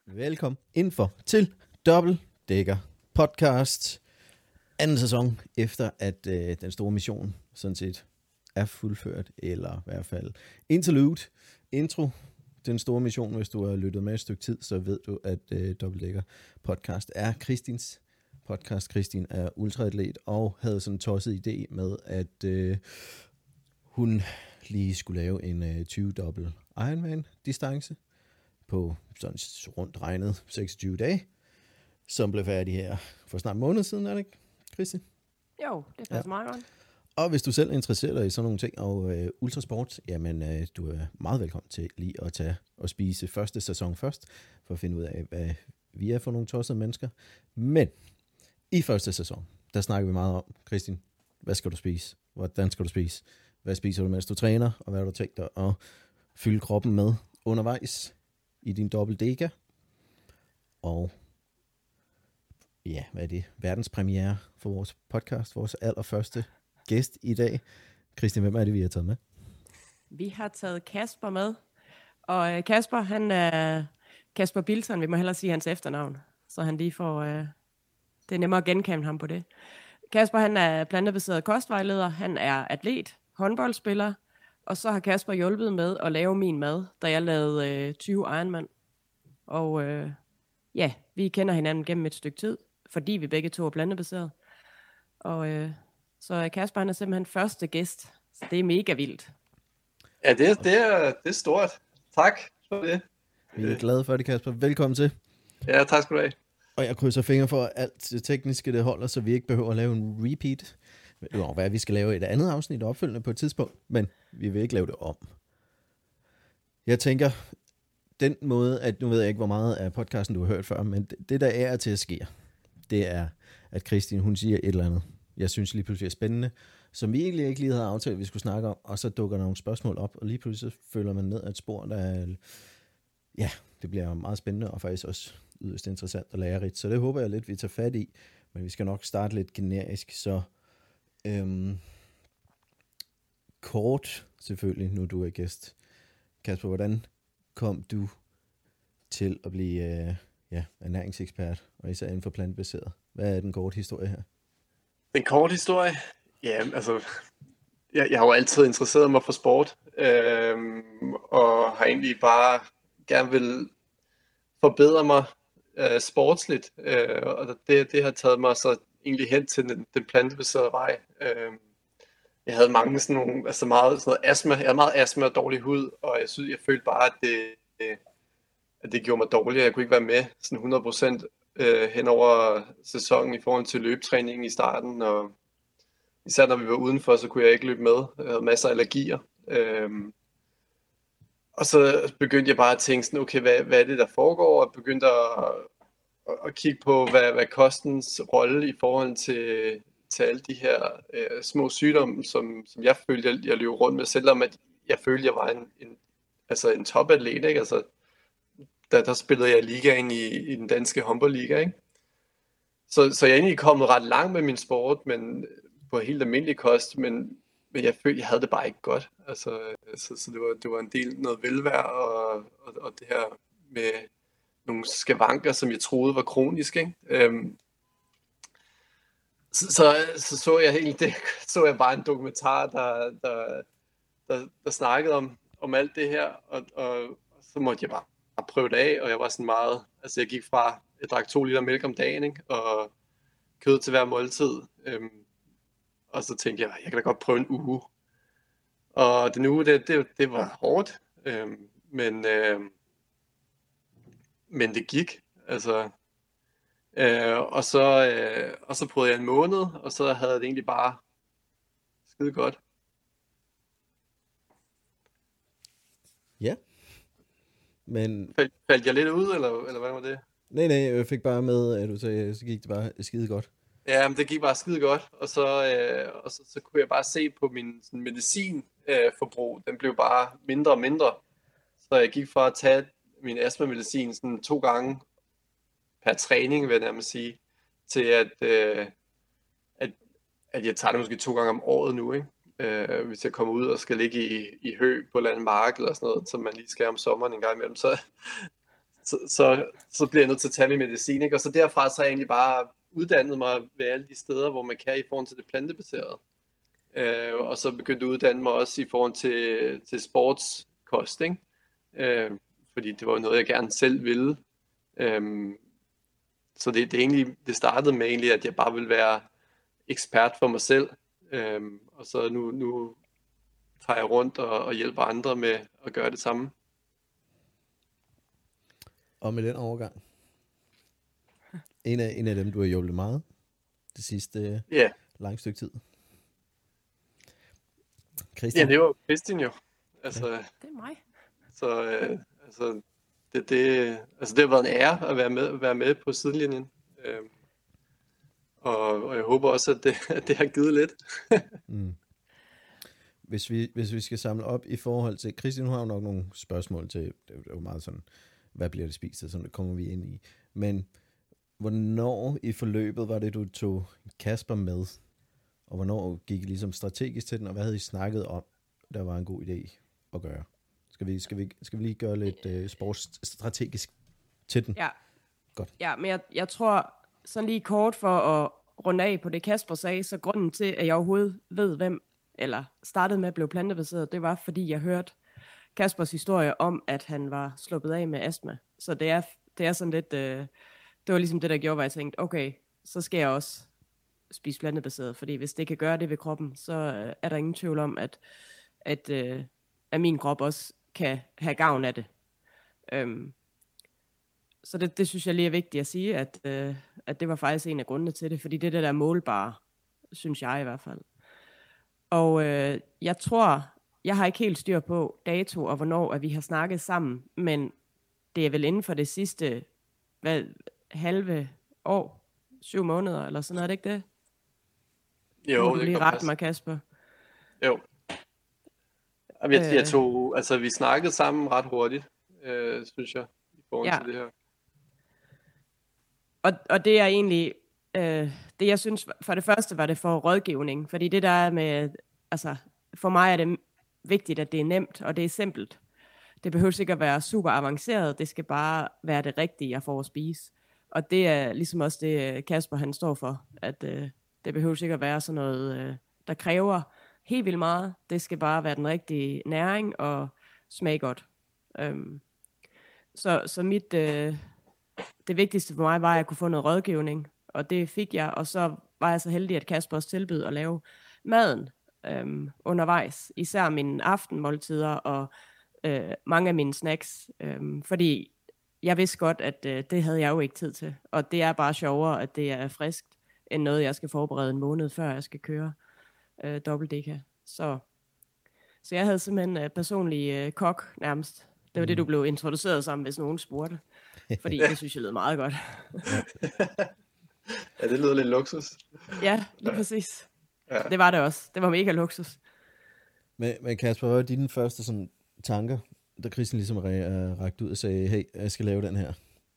Velkommen indenfor til Dobbeltdækker podcast. Anden sæson efter at den store mission sådan set er fuldført, eller i hvert fald intro. Den store mission, hvis du har lyttet med et stykke tid, så ved du, at Dobbeltdækker podcast er Kristins podcast. Kristin er ultraatlet og havde sådan en tosset idé med, at hun lige skulle lave en 20-dobbelt Ironman distance på sådan rundt regnet 26 dage, som blev færdig her for snart en måned siden, er det ikke, Kristin? Jo, det passer meget godt. Og hvis du selv interesserer dig i sådan nogle ting og ultrasport, jamen du er meget velkommen til lige at tage og spise første sæson først, for at finde ud af, hvad vi er for nogle tossede mennesker. Men i første sæson, der snakker vi meget om, Kristin, hvad skal du spise? Hvordan skal du spise? Hvad spiser du, mens du træner? Og hvad har du tænkt dig at fylde kroppen med undervejs i din dobbeltdækker? Og ja, hvad er det? Verdenspremiere for vores podcast, vores allerførste gæst i dag. Kristin, hvem er det, vi har taget med? Vi har taget Kasper med, og Kasper, han er Kasper Bilson, vi må hellere sige hans efternavn, så han lige får, det er nemmere at genkende ham på det. Kasper, han er plantebaseret kostvejleder, han er atlet, håndboldspiller, og så har Kasper hjulpet med at lave min mad, da jeg lavede 20 Ironman. Og ja, vi kender hinanden gennem et stykke tid, fordi vi begge to er plantebaseret. Og så Kasper, han er simpelthen første gæst, så det er mega vildt. Ja, det er stort. Tak for det. Vi er glade for det, Kasper. Velkommen til. Ja, tak skal du have. Og jeg krydser fingre for, at alt det tekniske det holder, så vi ikke behøver at lave en repeat. Hvad vi skal lave et andet afsnit opfølgende på et tidspunkt, men vi vil ikke lave det om. Jeg tænker, den måde, at nu ved jeg ikke, hvor meget af podcasten du har hørt før, men det der er til at ske, det er, at Kristin, hun siger et eller andet, jeg synes lige pludselig er spændende, som vi egentlig ikke lige havde aftalt, at vi skulle snakke om, og så dukker der nogle spørgsmål op, og lige pludselig følger man ned ad et spor, der er, ja, det bliver meget spændende, og faktisk også yderst interessant og lærerigt, så det håber jeg lidt, vi tager fat i, men vi skal nok starte lidt generisk, så kort selvfølgelig, nu du er gæst. Kasper, hvordan kom du til at blive ernæringsekspert, og især inden for plantebaseret? Hvad er den korte historie her? Den korte historie? Ja, altså, jeg har jo altid interesseret mig for sport, og har egentlig bare gerne vil forbedre mig sportsligt, og det har taget mig så egentlig hen til den plantebaserede vej. Jeg havde mange sådan nogle, altså meget sådan noget astma. Jeg havde meget astma og dårlig hud, og jeg følte bare, at det gjorde mig dårligere. Jeg kunne ikke være med sådan 100% hen over sæsonen i forhold til løbetræningen i starten, og især når vi var udenfor, så kunne jeg ikke løbe med. Jeg havde masser af allergier. Og så begyndte jeg bare at tænke sådan, okay, hvad er det, der foregår? Og begyndte at kigge på, hvad kostens rolle i forhold til alle de her små sygdomme, som jeg følte, jeg løb rundt med, selvom at jeg følte, jeg var en topatlet, ikke? Altså, der spillede jeg ligaen i den danske håndboldliga, ikke? Så jeg er egentlig kommet ret langt med min sport, men på helt almindelig kost, men jeg følte, jeg havde det bare ikke godt. Altså, så det var en del noget velvære, og det her med nogle skavanker, som jeg troede var kronisk, ikke? Så jeg helt det, så jeg bare en dokumentar, der snakkede om alt det her, og så måtte jeg bare prøve det af, og jeg var sådan meget, altså jeg gik fra, jeg drak 2 liter mælk om dagen, ikke? Og kød til hver måltid, og så tænkte jeg kan da godt prøve en uge, og den uge, det var hårdt, men det gik, altså. Og så prøvede jeg en måned, og så havde det egentlig bare skide godt. Ja. Men Faldt jeg lidt ud, eller hvad var det? Nej, jeg fik bare med, at du sagde, så gik det bare skide godt. Ja, men det gik bare skide godt, og så kunne jeg bare se på min sådan, medicinforbrug, den blev bare mindre og mindre. Så jeg gik fra at tage min astma-medicin sådan 2 gange per træning, vil jeg nærmest sige, til at jeg tager det måske 2 gange om året nu, ikke? Hvis jeg kommer ud og skal ligge i hø på et eller andet mark eller sådan noget, som man lige skal om sommeren en gang imellem, så så bliver jeg nødt til at tage min medicin, ikke? Og så derfra så har jeg egentlig bare uddannet mig ved alle de steder, hvor man kan i forhold til det plantebaserede. Og så begyndte jeg at uddanne mig også i forhold til sportskost, ikke? Fordi det var noget, jeg gerne selv ville. Så det startede med egentlig, at jeg bare ville være ekspert for mig selv. Og så nu tager jeg rundt og hjælper andre med at gøre det samme. Og med den overgang. En af dem, du har hjulpet meget det sidste lange stykke tid. Christian? Ja, det var Christian jo. Altså, Det er mig. Så det har været en ære at være med på sidelinjen. Og jeg håber også, at det har givet lidt. Hvis vi skal samle op i forhold til... Christian, nu har jo nok nogle spørgsmål til... Det er jo meget sådan, hvad bliver det spist til, sådan det kommer vi ind i. Men hvornår i forløbet var det, du tog Kasper med? Og hvornår gik I ligesom strategisk til den, og hvad havde I snakket om, der var en god idé at gøre? Skal vi lige gøre lidt sportsstrategisk til den? Ja. Godt. Ja, men jeg tror, sådan lige kort for at runde af på det, Kasper sagde, så grunden til, at jeg overhovedet ved, hvem, eller startede med at blive plantebaseret, det var, fordi jeg hørte Kaspers historie om, at han var sluppet af med astma. Så det er sådan lidt, det var ligesom det, der gjorde, at jeg tænkte, okay, så skal jeg også spise plantebaseret, fordi hvis det kan gøre det ved kroppen, så er der ingen tvivl om, at min krop også kan have gavn af det. Så det synes jeg lige er vigtigt at sige, at det var faktisk en af grundene til det, fordi det er det der målbare, synes jeg i hvert fald. Og jeg tror, jeg har ikke helt styr på dato og hvornår at vi har snakket sammen, men det er vel inden for det sidste halve år, 7 måneder eller sådan noget, er det ikke det? Jo, må du lige rette mig, Kasper. Jo. Vi snakkede sammen ret hurtigt, synes jeg, i forhold til det her. Og det er egentlig, det jeg synes, for det første var det for rådgivning, fordi det der er med, altså for mig er det vigtigt, at det er nemt, og det er simpelt. Det behøver ikke at være super avanceret, det skal bare være det rigtige, jeg får at spise. Og det er ligesom også det, Kasper han står for, at det behøver ikke at være sådan noget, der kræver helt vildt meget. Det skal bare være den rigtige næring og smage godt. Så det vigtigste for mig var, at jeg kunne få noget rådgivning, og det fik jeg, og så var jeg så heldig, at Kasper også tilbød at lave maden undervejs, især mine aftenmåltider og mange af mine snacks, fordi jeg vidste godt, at det havde jeg jo ikke tid til, og det er bare sjovere, at det er friskt, end noget, jeg skal forberede en måned, før jeg skal køre dobbelt-deka. Så jeg havde simpelthen personlig kok nærmest. Det var det, du blev introduceret som, hvis nogen spurgte. Fordi det synes jeg lød meget godt. Ja, det lyder lidt luksus. Ja, lige præcis. Ja. Det var det også. Det var mega luksus. Men Kasper, hvad var dine første sådan, tanker, da Christian ligesom rakte ud og sagde, hey, jeg skal lave den her?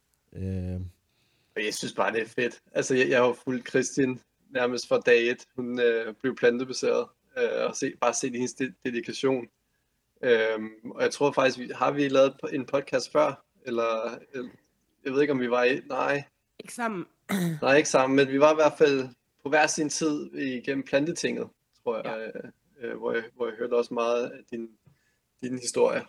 Jeg synes bare, det er fedt. Altså, jeg har fulgt Christian nærmest fra dag 1. Hun blev plantebaseret. Og bare set hendes dedikation. Og jeg tror faktisk, har vi lavet en podcast før? Eller jeg ved ikke, om vi var i... Nej. Ikke sammen. Nej, ikke sammen, men vi var i hvert fald på hver sin tid igennem plantetinget, tror jeg. Ja. Hvor jeg hørte også meget af din historie.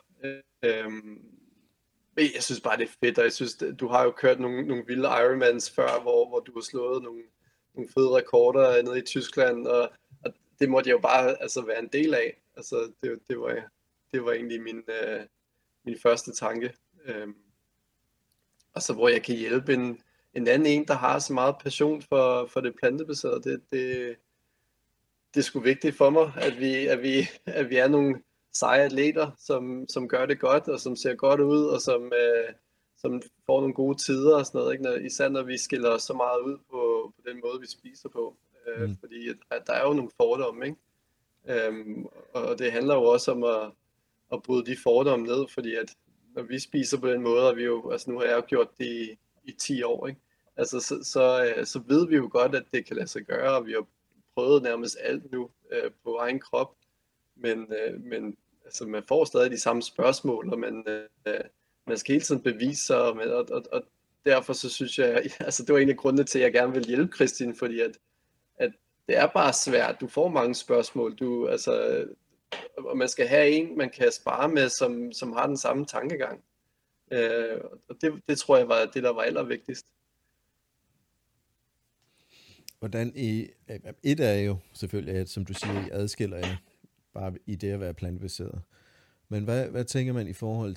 Men jeg synes bare, det er fedt, og jeg synes, du har jo kørt nogle vilde Ironmans før, hvor du har slået nogle fede rekorder nede i Tyskland, og det måtte jeg jo bare være en del af. Altså, det var egentlig min første tanke. Og så hvor jeg kan hjælpe en anden der har så meget passion for det plantebaserede, det er sgu vigtigt for mig, at vi er nogle seje atleter, som gør det godt, og som ser godt ud, og som får nogle gode tider og sådan noget, ikke? Især når vi skiller os så meget ud på den måde, vi spiser på. Fordi der er jo nogle fordomme, ikke? Og det handler jo også om at bryde de fordomme ned, fordi at når vi spiser på den måde, og vi jo, altså nu har jeg jo gjort det i 10 år, ikke? Altså så ved vi jo godt, at det kan lade sig gøre, og vi har prøvet nærmest alt nu på egen krop, men altså man får stadig de samme spørgsmål, og man man skal hele tiden bevise sig, og derfor så synes jeg, altså det var en af grundene til, at jeg gerne vil hjælpe Kristin, fordi at det er bare svært. Du får mange spørgsmål, og man skal have en, man kan spare med, som har den samme tankegang. Og det tror jeg var det, der var allervigtigst. Hvordan et er jo selvfølgelig, at som du siger, I adskiller jer bare i det at være plantebaseret. Men hvad tænker man i forhold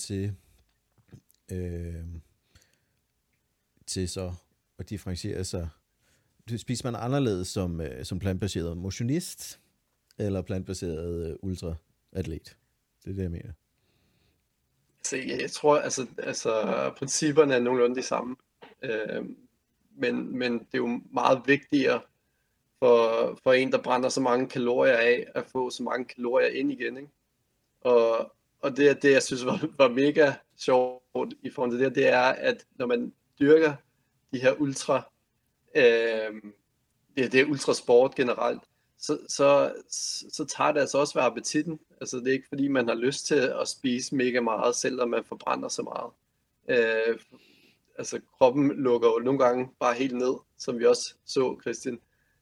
til så at differentiere sig? Spiser man anderledes som plantbaseret motionist, eller plantbaseret ultraatlet? Det er det, jeg mener. Så jeg tror, altså principperne er nogenlunde de samme. Men det er jo meget vigtigere for en, der brænder så mange kalorier af, at få så mange kalorier ind igen, ikke? Og det er det, jeg synes var mega sjovt i forhold til det er, at når man dyrker de her det er ultrasport generelt, så tager det altså også ved appetitten. Altså det er ikke fordi, man har lyst til at spise mega meget, selvom man forbrænder så meget. Altså kroppen lukker jo nogle gange bare helt ned, som vi også så, Kristin.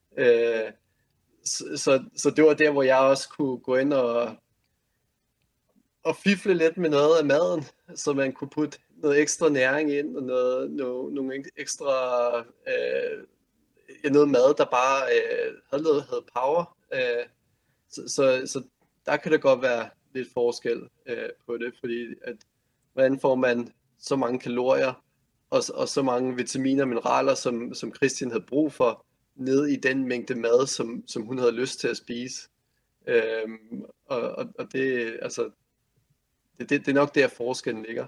Så det var der, hvor jeg også kunne gå ind og fifle lidt med noget af maden, så man kunne putte noget ekstra næring ind, og nogle ekstra noget mad, der bare havde power. Så der kan det godt være lidt forskel på det, fordi at hvordan får man så mange kalorier og så mange vitaminer og mineraler, som Kristin havde brug for, ned i den mængde mad, som hun havde lyst til at spise. Og det, altså, det er nok der forskellen ligger.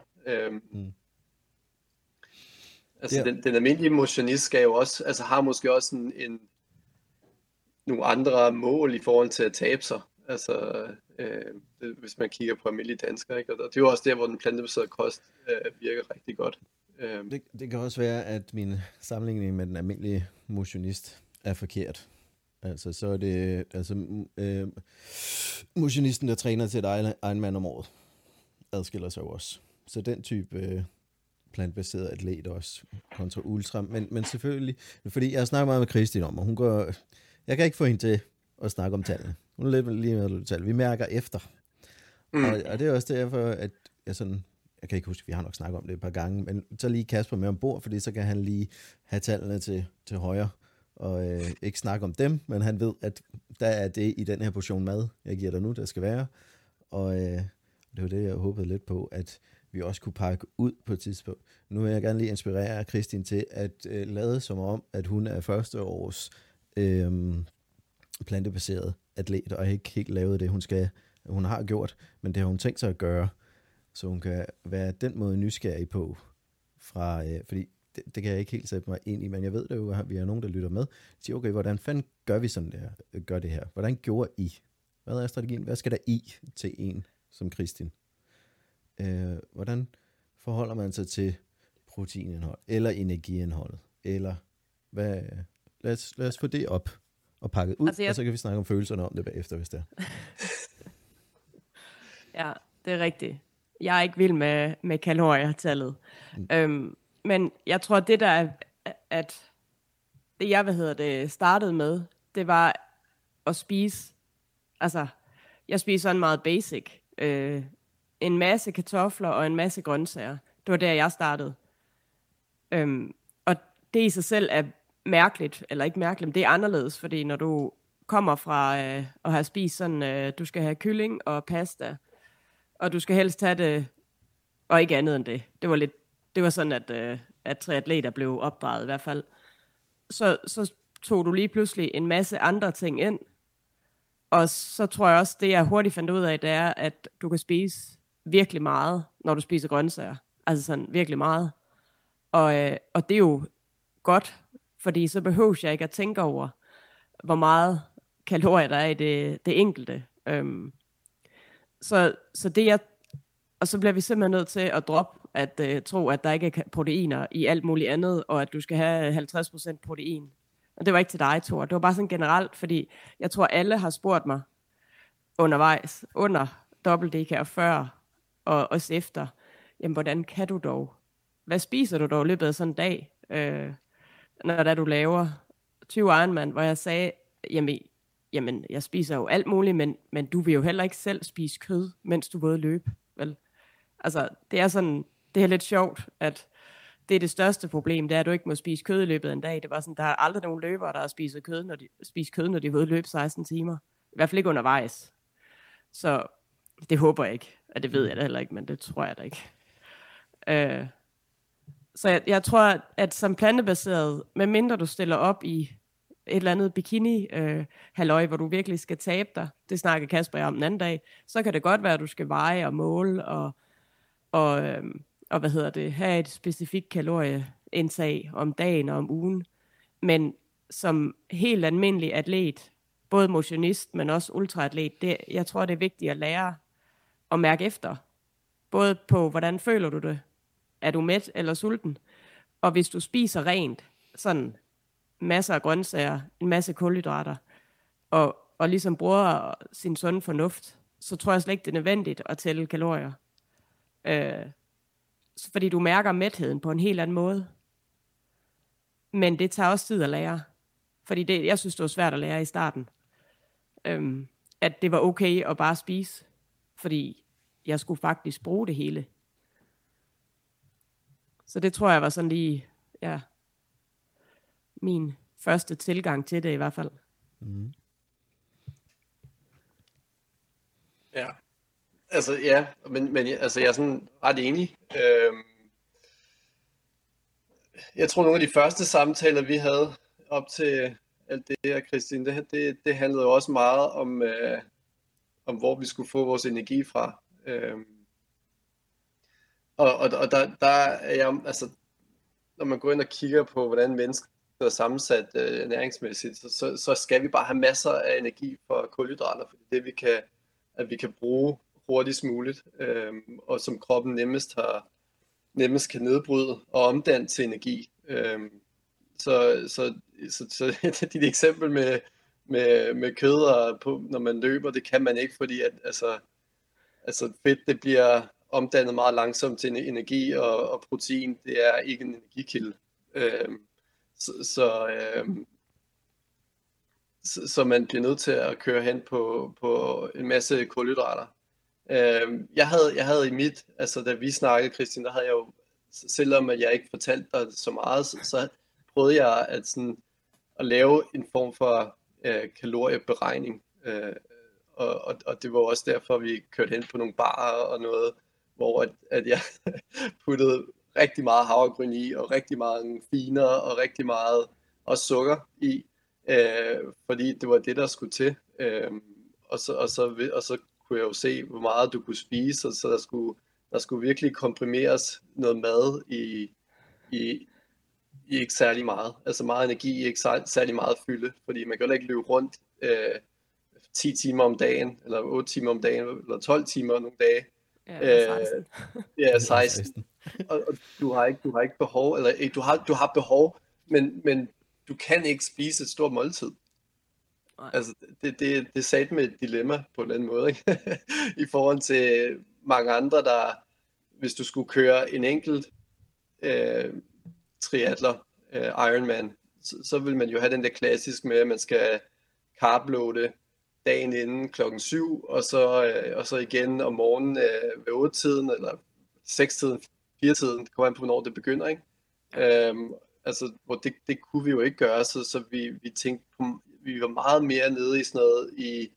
Altså den almindelige motionist skal jo også, altså har måske også nogle andre mål i forhold til at tabe sig. Altså hvis man kigger på almindelige danskere, ikke? Og det er jo også der, hvor den plantebaserede kost virker rigtig godt. Det kan også være, at min sammenligning med den almindelige motionist er forkert. Altså så er det motionisten, der træner til et Ironman om året, adskiller sig også. Så den type plantbaseret atlet også kontra ultra, men selvfølgelig, fordi jeg snakker meget med Kristin om, og jeg kan ikke få hende til at snakke om tallene. Hun er lidt lige med tal. Vi mærker efter. Og det er også derfor, at jeg kan ikke huske, vi har nok snakket om det et par gange, men så lige Kasper med ombord, fordi så kan han lige have tallene til højre, og ikke snakke om dem, men han ved, at der er det i den her portion mad, jeg giver dig nu, der skal være. Og det var det, jeg håbede lidt på, at vi også kunne pakke ud på et tidspunkt. Nu vil jeg gerne lige inspirere Kristin til at lade som om, at hun er første års plantebaseret atlet, og ikke helt lavet det, hun har gjort, men det har hun tænkt sig at gøre, så hun kan være den måde nysgerrig på, fordi det kan jeg ikke helt sætte mig ind i, men jeg ved det jo, at vi har nogen, der lytter med, siger, okay, hvordan fanden gør vi sådan der, gør det her? Hvordan gjorde I? Hvad er strategien? Hvad skal der i til en som Kristin? Hvordan forholder man sig til proteinindhold, eller energiindholdet, eller hvad? Lad os få det op og pakket ud, og så kan vi snakke om følelserne om det bagefter, hvis det er. Ja, det er rigtigt. Jeg er ikke vild med kalorietallet. Men jeg tror, det der er, at det jeg, startede med, det var at spise, altså, jeg spiser sådan meget basic, en masse kartofler og en masse grøntsager. Det var der, jeg startede. Og det i sig selv er mærkeligt, eller ikke mærkeligt, men det er anderledes, fordi når du kommer fra at have spist sådan, du skal have kylling og pasta, og du skal helst have det, og ikke andet end det. Det var sådan, at triatleter blev opdraget i hvert fald. Så tog du lige pludselig en masse andre ting ind, og så tror jeg også, det jeg hurtigt fandt ud af, det er, at du kan spise virkelig meget, når du spiser grøntsager. Altså sådan virkelig meget. Og det er jo godt, fordi så behøver jeg ikke at tænke over, hvor meget kalorier der er i det enkelte. Så det og så bliver vi simpelthen nødt til at droppe at tro, at der ikke er proteiner i alt muligt andet, og at du skal have 50% protein. Og det var ikke til dig, Thor. Det var bare sådan generelt, fordi jeg tror, alle har spurgt mig undervejs, under WDK og før, og også efter. jamen hvordan kan du dog? Hvad spiser du dog i løbet af sådan en dag, når du laver 20 Ironman, hvor jeg sagde, jamen jeg spiser jo alt muligt, men du vil jo heller ikke selv spise kød, mens du er ude at løbe, vel? Altså, det er lidt sjovt, at det er det største problem, det er, at du ikke må spise kød i løbet af en dag. Det var sådan, der er aldrig nogen løbere, der har spist kød, når de er ude at løbe 16 timer. I hvert fald ikke undervejs. Så det håber jeg ikke, og det ved jeg da heller ikke, men det tror jeg da ikke. Så jeg tror, at som plantebaseret, medmindre du stiller op i et eller andet bikini-halløj, hvor du virkelig skal tabe dig, det snakker Kasper om den anden dag, så kan det godt være, at du skal veje og måle og have et specifikt kalorieindtag om dagen og om ugen. Men som helt almindelig atlet, både motionist, men også ultraatlet, jeg tror, det er vigtigt at lære at mærke efter. Både på, hvordan føler du det? Er du mæt eller sulten? Og hvis du spiser rent, sådan masser af grøntsager, en masse kulhydrater, og ligesom bruger sin sunde fornuft, så tror jeg slet ikke, det er nødvendigt at tælle kalorier. Fordi du mærker mætheden på en helt anden måde. Men det tager også tid at lære. Fordi jeg synes, det var svært at lære i starten. At det var okay at bare spise. Fordi jeg skulle faktisk bruge det hele. Så det tror jeg var sådan lige, min første tilgang til det i hvert fald. Mm. Ja, altså men altså, jeg er sådan ret enig. Jeg tror, nogle af de første samtaler, vi havde op til alt det her, Christine, det handlede også meget om hvor vi skulle få vores energi fra. Og der er jeg, altså, når man går ind og kigger på, hvordan mennesker er sammensat næringsmæssigt, så skal vi bare have masser af energi for kulhydrater, for det er det, vi kan bruge hurtigst muligt, og som kroppen nemmest kan nedbryde og omdanne til energi. Så dit eksempel med kød og når man løber, det kan man ikke, fordi at altså fedt, det bliver omdannet meget langsomt til energi, og protein, det er ikke en energikilde. Så man bliver nødt til at køre hen på en masse kulhydrater. Jeg havde i mit, altså da vi snakkede, Christian, der havde jeg jo, selvom jeg ikke fortalte dig så meget, så prøvede jeg at lave en form for kalorieberegning. Og det var også derfor, vi kørte hen på nogle barer og noget, hvor at jeg puttede rigtig meget havregryn i, og rigtig meget finer, og rigtig meget også sukker i, fordi det var det, der skulle til. Og så kunne jeg jo se, hvor meget du kunne spise, og så der skulle virkelig komprimeres noget mad i ikke særlig meget. Altså meget energi, ikke særlig meget fylde, fordi man kan jo ikke løbe rundt 10 timer om dagen, eller 8 timer om dagen, eller 12 timer nogle dage. Ja, 16. Ja, 16. Og du har ikke behov, eller du har behov, men du kan ikke spise et stort måltid. Nej. Altså, det er sat med et dilemma på en anden måde, ikke? I forhold til mange andre, der, hvis du skulle køre en enkelt triatler, Ironman, så vil man jo have den der klassisk med, at man skal carbloade dagen inden 7:00, og så igen om morgenen ved 8-tiden, eller 6-tiden, 4-tiden, det kommer an på, hvornår det begynder, ikke? Altså, hvor det kunne vi jo ikke gøre, så vi tænkte på, vi var meget mere nede i sådan noget,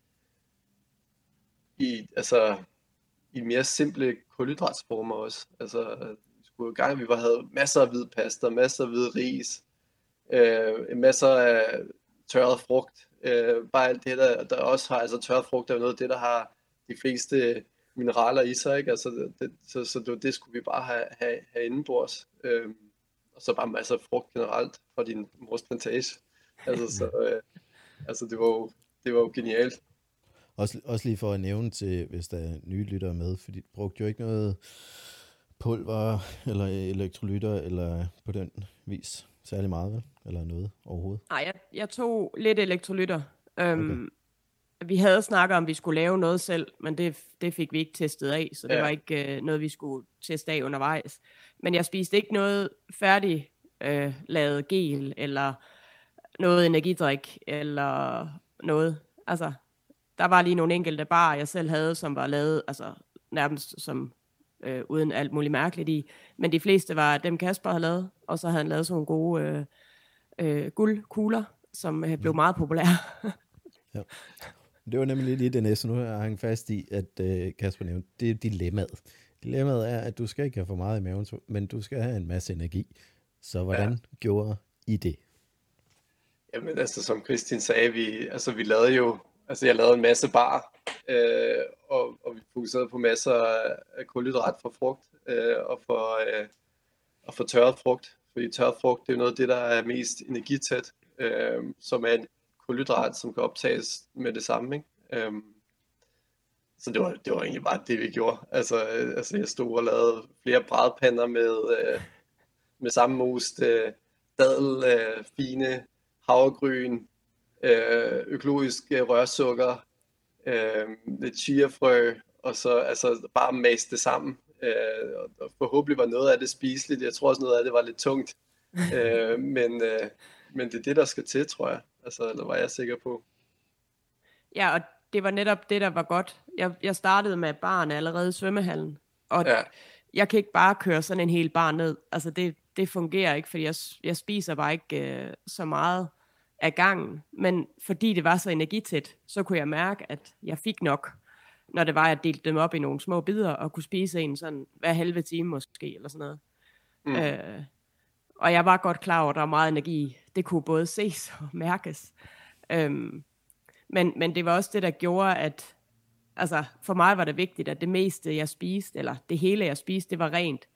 i mere simple kulhydratsformer også. Altså, vi havde masser af hvid pasta, masser af hvid ris, masser af tørret frugt, bare alt det der også har, altså tørret frugt er jo noget af det, der har de fleste mineraler i sig, ikke? Altså, så det skulle vi bare have indenbords, og så bare masser af frugt generelt fra din mors plantage. Altså, det var jo genialt. Også lige for at nævne til, hvis der er nye lyttere med, fordi du brugte jo ikke noget pulver eller elektrolytter eller på den vis særlig meget, vel? Eller noget overhovedet? Nej, jeg tog lidt elektrolytter. Okay. vi havde snakket om, vi skulle lave noget selv, men det fik vi ikke testet af, så det var ikke noget, vi skulle teste af undervejs. Men jeg spiste ikke noget færdig lavet gel, eller noget energidrik, eller noget. Altså, der var lige nogle enkelte barer, jeg selv havde, som var lavet, altså nærmest som uden alt muligt mærkeligt i. Men de fleste var dem, Kasper havde lavet, og så havde han lavet sådan nogle gode guldkugler, som blev meget populære. Ja. Det var nemlig lige det næste, nu har jeg hængt fast i, at Kasper nævnte, det er dilemmaet. Dilemmaet er, at du skal ikke have for meget i maven, men du skal have en masse energi. Så hvordan gjorde I det? Jamen altså, som Kristin sagde, vi lavede jo, altså jeg lavede en masse bar, og vi fokuserede på masser af kulhydrat fra frugt, og for tørret frugt. Fordi tørret frugt, det er jo noget af det, der er mest energitæt, som er en kulhydrat, som kan optages med det samme, ikke? Så det var egentlig bare det, vi gjorde. Altså jeg stod og lavede flere bradpander med sammenmost dadel, fine havregryn, økologisk rørsukker, lidt chiafrø, og så altså bare mase det sammen. Og forhåbentlig var noget af det spiseligt. Jeg tror også noget af det var lidt tungt. Men det er det, der skal til, tror jeg. Altså, eller var jeg sikker på. Ja, og det var netop det, der var godt. Jeg startede med barn allerede i svømmehallen, og jeg kan ikke bare køre sådan en hel bar ned. Altså, det fungerer ikke, fordi jeg spiser bare ikke så meget af gangen. Men fordi det var så energitæt, så kunne jeg mærke, at jeg fik nok, når det var, at jeg delte dem op i nogle små bidder, og kunne spise en sådan hver halve time måske, eller sådan noget. Og jeg var godt klar over, at der var meget energi. Det kunne både ses og mærkes. Men det var også det, der gjorde, at altså, for mig var det vigtigt, at det meste, jeg spiste, eller det hele, jeg spiste, det var rent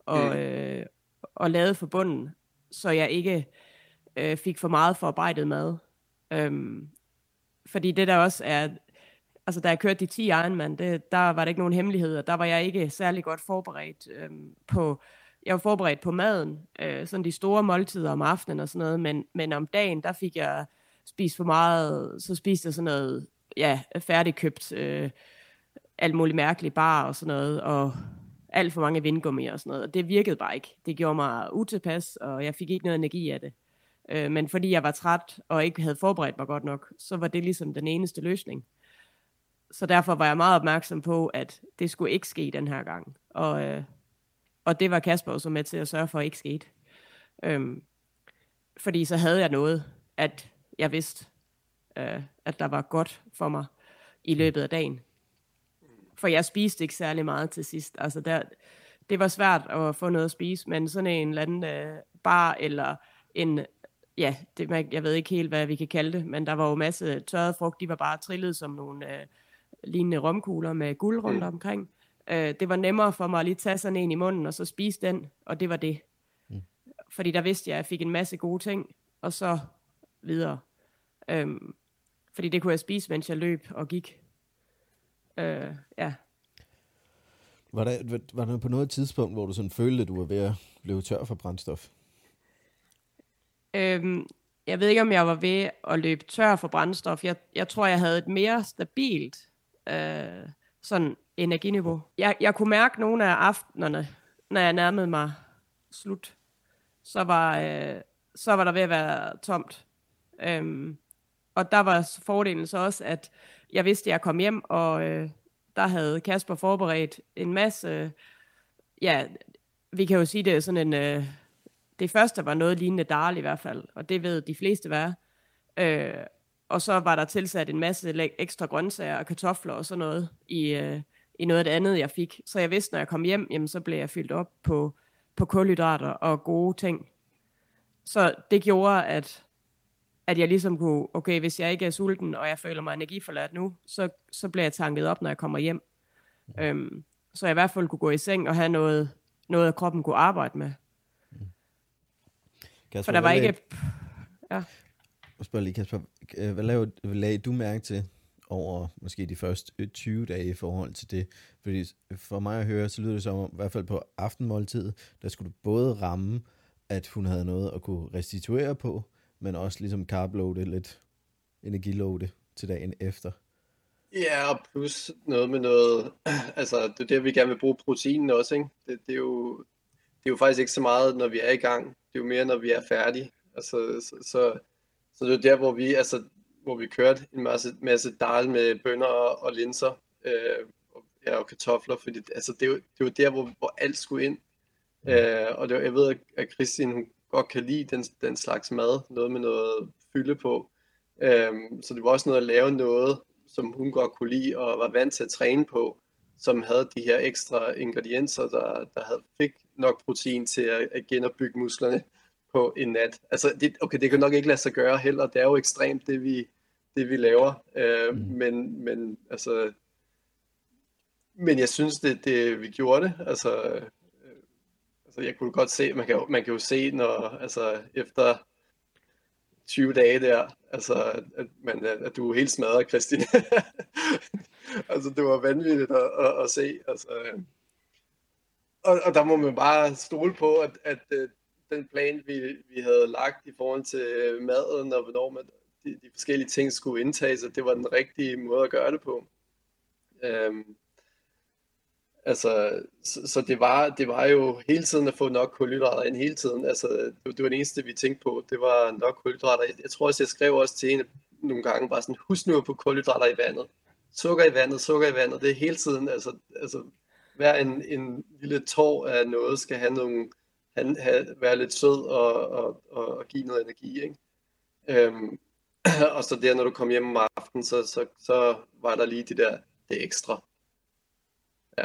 og lavet for bunden, så jeg ikke fik for meget forarbejdet mad. Fordi det der også er, altså da jeg kørte de 10 Ironman, der var det ikke nogen hemmeligheder. Der var jeg ikke særlig godt forberedt jeg var forberedt på maden, sådan de store måltider om aftenen og sådan noget, men om dagen, der fik jeg spist for meget, så spiste jeg sådan noget, færdigkøbt, alt muligt mærkeligt bar og sådan noget, og alt for mange vindgummi og sådan noget, og det virkede bare ikke. Det gjorde mig utilpas, og jeg fik ikke noget energi af det. Men fordi jeg var træt, og ikke havde forberedt mig godt nok, så var det ligesom den eneste løsning. Så derfor var jeg meget opmærksom på, at det skulle ikke ske den her gang. Og det var Kasper også med til at sørge for, at ikke skete. Fordi så havde jeg noget, at jeg vidste, at der var godt for mig i løbet af dagen. For jeg spiste ikke særlig meget til sidst. Altså det var svært at få noget at spise, men sådan en eller anden bar eller en, jeg ved ikke helt, hvad vi kan kalde det, men der var jo masse tørret frugt, de var bare trillet som nogle lignende romkugler med guld rundt omkring. Det var nemmere for mig at lige tage sådan en i munden, og så spise den, og det var det. Fordi der vidste jeg, at jeg fik en masse gode ting, og så videre. Fordi det kunne jeg spise, mens jeg løb og gik. Var der på noget tidspunkt, hvor du sådan følte, at du var ved at blive tør for brændstof? Jeg ved ikke, om jeg var ved at løbe tør for brændstof. Jeg tror, jeg havde et mere stabilt sådan energiniveau. Jeg kunne mærke nogle af aftenerne, når jeg nærmede mig slut, så var der ved at være tomt. Og der var fordelen så også, at jeg vidste, at jeg kom hjem, og der havde Kasper forberedt en masse, vi kan jo sige, det er sådan en, det første var noget lignende dal i hvert fald, og det ved de fleste hvad. Og så var der tilsat en masse ekstra grøntsager og kartofler og sådan noget i noget af det andet, jeg fik. Så jeg vidste, når jeg kom hjem, jamen, så blev jeg fyldt op på kulhydrater og gode ting. Så det gjorde, at jeg ligesom kunne, okay, hvis jeg ikke er sulten, og jeg føler mig energiforladt nu, så bliver jeg tanket op, når jeg kommer hjem. Så jeg i hvert fald kunne gå i seng og have noget af kroppen kunne arbejde med. Kasper, for der var ikke... Jeg spørger lige, Kasper, hvad lagde du mærke til over måske de første 20 dage i forhold til det? Fordi for mig at høre, så lyder det som om, i hvert fald på aftenmåltidet, der skulle du både ramme, at hun havde noget at kunne restituere på, men også ligesom carbloade lidt, energiloade til dagen efter. Ja, og plus noget med noget, altså det er der, vi gerne vil bruge proteinen også, ikke? Det er jo faktisk ikke så meget, når vi er i gang. Det er jo mere, når vi er færdige. Altså, så det er der, hvor vi kørte en masse dal med bønner og linser, og kartofler, fordi det er jo der, hvor alt skulle ind. Og jeg ved, at Christine, hun godt kan lide den slags mad, noget med noget fylde på. Så det var også noget at lave noget, som hun godt kunne lide og var vant til at træne på, som havde de her ekstra ingredienser, der fik nok protein til at genopbygge musklerne på en nat. Altså, det kan nok ikke lade sig gøre heller. Det er jo ekstremt, det vi laver. Men jeg synes, det vi gjorde det. Altså, jeg kunne godt se, man kan jo se, når efter 20 dage der, at du er helt smadret, Christine. Altså, det var vanvittigt at se. Og der må man bare stole på, at den plan, vi havde lagt i forhold til maden, og hvornår de forskellige ting skulle indtages, at det var den rigtige måde at gøre det på. Så det var jo hele tiden at få nok kulhydrater ind hele tiden. Altså, det var det eneste, vi tænkte på. Det var nok kulhydrater. Jeg tror også, jeg skrev også til en nogle gange, bare sådan, husk nu på kulhydrater i vandet. Sukker i vandet. Det er hele tiden, hver en lille tår af noget skal være lidt sød og give noget energi, ikke? Og så der, når du kom hjem om aftenen, så var der lige det ekstra. Ja.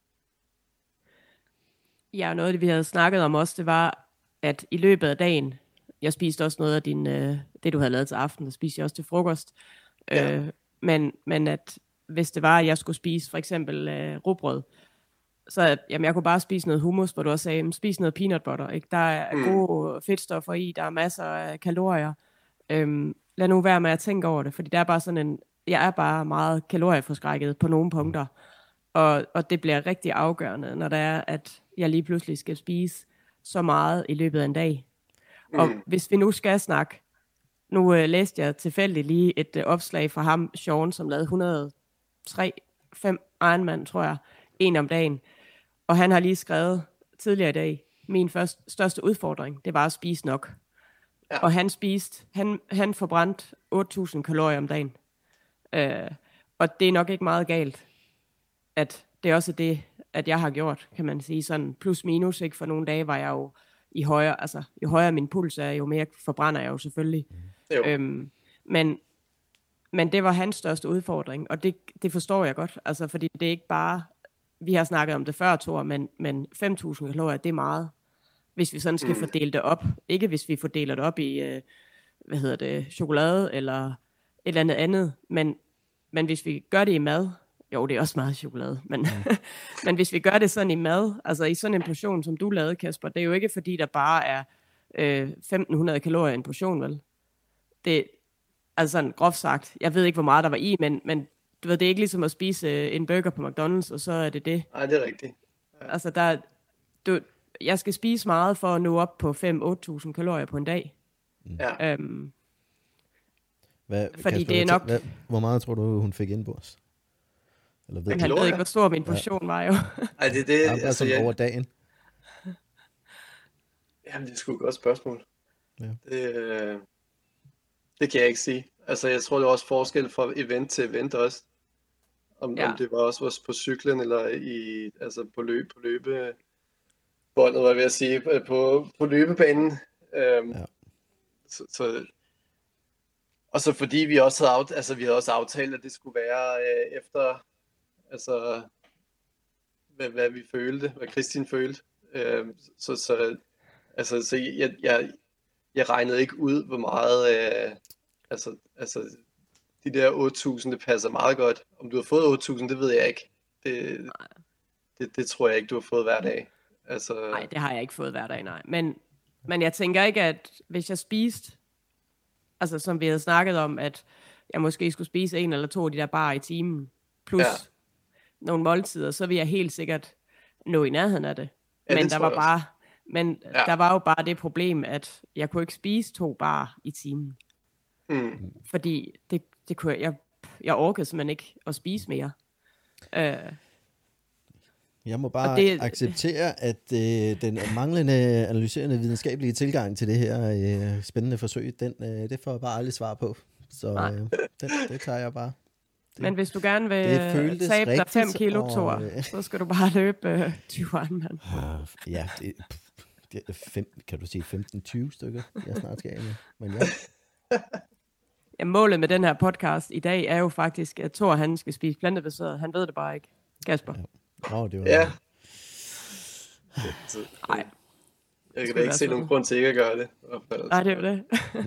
Ja, noget af det, vi havde snakket om også, det var, at i løbet af dagen, jeg spiste også noget af det, du havde lavet til aften, og spiste jeg også til frokost. Ja. Men at hvis det var, at jeg skulle spise for eksempel rugbrød, så jeg kunne bare spise noget hummus, hvor du også sagde, spise noget peanut butter. Ikke? Der er gode fedtstoffer i, der er masser af kalorier. Lad nu være med at tænke over det, fordi der er bare sådan jeg er bare meget kalorieforskrækket på nogle punkter. Og det bliver rigtig afgørende, når det er, at jeg lige pludselig skal spise så meget i løbet af en dag. Og hvis vi nu skal snakke, nu læste jeg tilfældigt lige et opslag fra ham, Sean, som lavede 103-5 Ironman, tror jeg, en om dagen. Og han har lige skrevet tidligere i dag, min største udfordring, det var at spise nok. Ja. Og han forbrændt 8.000 kalorier om dagen. Og det er nok ikke meget galt, at det er også det, at jeg har gjort, kan man sige, sådan plus minus, ikke? For nogle dage var jeg jo jo højere min puls er, jo mere forbrænder jeg jo selvfølgelig. Men det var hans største udfordring, og det forstår jeg godt, altså fordi det er ikke bare, vi har snakket om det før, Thor, men 5.000 kalorier, det er meget, hvis vi sådan skal fordele det op. Ikke hvis vi fordeler det op i, chokolade eller et eller andet, men hvis vi gør det i mad, jo, det er også meget chokolade, men hvis vi gør det sådan i mad, altså i sådan en portion, som du lavede, Kasper, det er jo ikke fordi, der bare er 1.500 kalorier i en portion, vel? Det altså sådan groft sagt. Jeg ved ikke, hvor meget der var i, men du ved, det er ikke ligesom at spise en burger på McDonald's, og så er det det. Nej, det er rigtigt. Ja. Altså, jeg skal spise meget for at nå op på 5-8.000 kalorier på en dag. Ja. Fordi Kasper, det er nok... hvor meget tror du, hun fik ind på os? Eller men han ved ikke, hvor stor min portion var jo. Ej, det er altså over dagen. Jamen, det er sgu et godt spørgsmål. Ja. Det kan jeg ikke sige. Altså, jeg tror, det er også forskel fra event til event også. Om det var også på cyklen, eller på løbebåndet, var jeg ved at sige, på løbebanen. Og så fordi vi også havde aftalt, at det skulle være efter, hvad vi følte, hvad Christine følte. Så jeg regnede ikke ud, hvor meget, de der 8.000, det passer meget godt. Om du har fået 8.000, det ved jeg ikke. Det tror jeg ikke, du har fået hver dag. Nej, det har jeg ikke fået hver dag, nej. Men jeg tænker ikke, at hvis jeg spiste, altså som vi havde snakket om, at jeg måske skulle spise 1 eller 2 af de der barer i timen, plus nogle måltider, så vil jeg helt sikkert nå i nærheden af det. Ja, men der var jo bare det problem, at jeg kunne ikke spise 2 barer i timen. Fordi det kunne jeg jeg orkede simpelthen ikke at spise mere. Jeg må bare acceptere, at den manglende analyserende videnskabelige tilgang til det her spændende forsøg, det får jeg bare aldrig svar på. Så det tager jeg bare. Men hvis du gerne vil tabe dig 5 kilo, Thor, så skal du bare løbe 20 Ironman. Ja, det er kan du sige 15-20 stykker, jeg snart skal af med. Men ja. Ja, målet med den her podcast i dag er jo faktisk, at Thor han skal spise plantebaseret. Han ved det bare ikke. Kasper. Ja. Det var ja. Nej. Jeg kan da ikke se nogen grund til ikke at gøre det. Nej, det er jo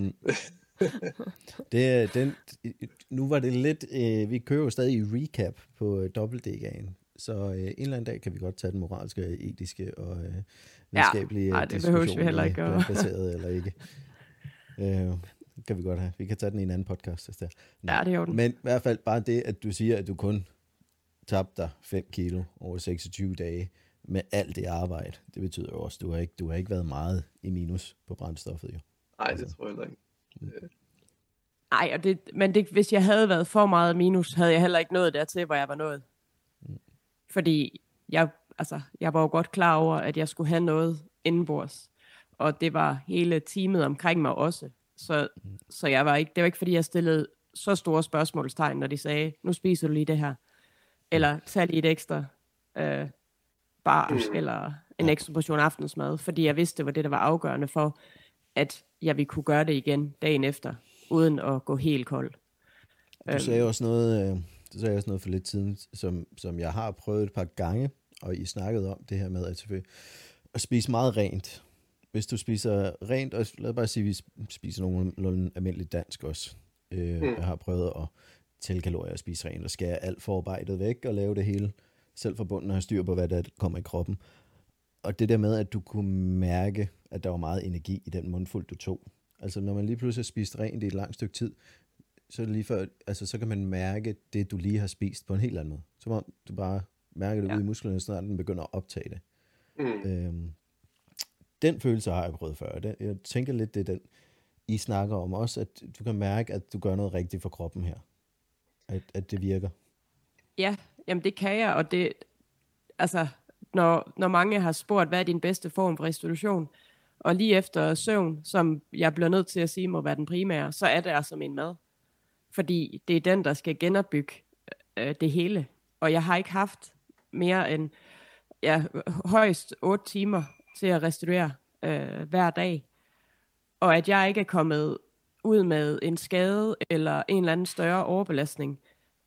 det. Nu var det lidt, vi kører jo stadig i recap på dobbeltdækker'en, så en eller anden dag kan vi godt tage den moralske, etiske og videnskabelige det behøver vi heller ikke gøre. Baseret eller ikke. Kan vi godt have. Vi kan tage den i en anden podcast. Hvis det er. Ja, det er jo den. Men i hvert fald bare det, at du siger, at du kun tabte dig 5 kilo over 26 dage med alt det arbejde. Det betyder jo også, at du har ikke været meget i minus på brændstoffet. Jo. Nej, det tror jeg ikke. Nej, hvis jeg havde været for meget minus, havde jeg heller ikke nået dertil, hvor jeg var nået. Fordi jeg var jo godt klar over, at jeg skulle have noget indenbords. Og det var hele teamet omkring mig også. Så det var ikke fordi, jeg stillede så store spørgsmålstegn, når de sagde, nu spiser du lige det her. Eller tag lige et ekstra bar, eller en ekstra portion aftensmad. Fordi jeg vidste, det var det, der var afgørende for, at jeg ville kunne gøre det igen dagen efter, uden at gå helt kold. Du sagde også noget for lidt siden, som jeg har prøvet et par gange, og I snakkede om det her med at spise meget rent. Hvis du spiser rent, og lad os bare sige, at vi spiser nogenlunde almindeligt dansk også. Jeg har prøvet at tælle kalorier og spise rent, og skære alt forarbejdet væk, og lave det hele selv fra bunden, og have styr på, hvad der kommer i kroppen. Og det der med, at du kunne mærke, at der var meget energi i den mundfuld, du tog. Altså når man lige pludselig har spist rent i et langt stykke tid, så, lige før, så kan man mærke det, du lige har spist på en helt anden måde. Så må du bare mærke det ud i musklerne, så den begynder at optage det. Den følelse har jeg prøvet før. Jeg tænker lidt, det er den, I snakker om også, at du kan mærke, at du gør noget rigtigt for kroppen her. At det virker. Ja, jamen det kan jeg, og det, når mange har spurgt, hvad er din bedste form for restitution, og lige efter søvn, som jeg bliver nødt til at sige må være den primære, så er det altså min mad. Fordi det er den, der skal genopbygge det hele. Og jeg har ikke haft mere end højst 8 timer til at restituere hver dag. Og at jeg ikke er kommet ud med en skade eller en eller anden større overbelastning,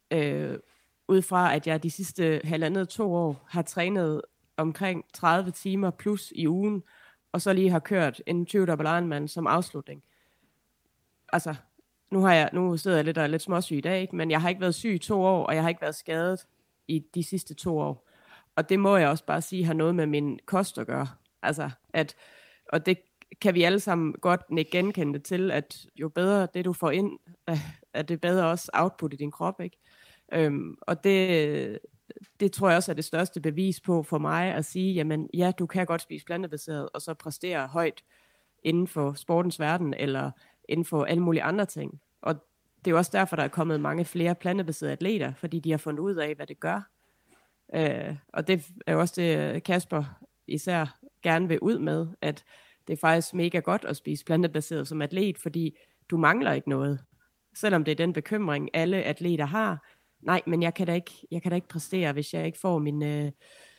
ud fra at jeg de sidste 1,5-2 år har trænet omkring 30 timer plus i ugen, og så lige har kørt en 20 double Ironman som afslutning. Altså, nu sidder jeg lidt og er lidt småsyg i dag, ikke? Men jeg har ikke været syg i 2 år, og jeg har ikke været skadet i de sidste 2 år. Og det må jeg også bare sige har noget med min kost at gøre. Altså, og det kan vi alle sammen godt genkende til, at jo bedre det du får ind, at det bedre også output i din krop, ikke? Og det tror jeg også er det største bevis på for mig at sige, jamen ja, du kan godt spise plantebaseret, og så præstere højt inden for sportens verden, eller inden for alle mulige andre ting. Og det er jo også derfor, der er kommet mange flere plantebaserede atleter, fordi de har fundet ud af, hvad det gør. Og det er jo også det, Kasper især gerne vil ud med, at det er faktisk mega godt at spise plantebaseret som atlet, fordi du mangler ikke noget. Selvom det er den bekymring, alle atleter har. Nej, men jeg kan da ikke præstere, hvis jeg ikke får min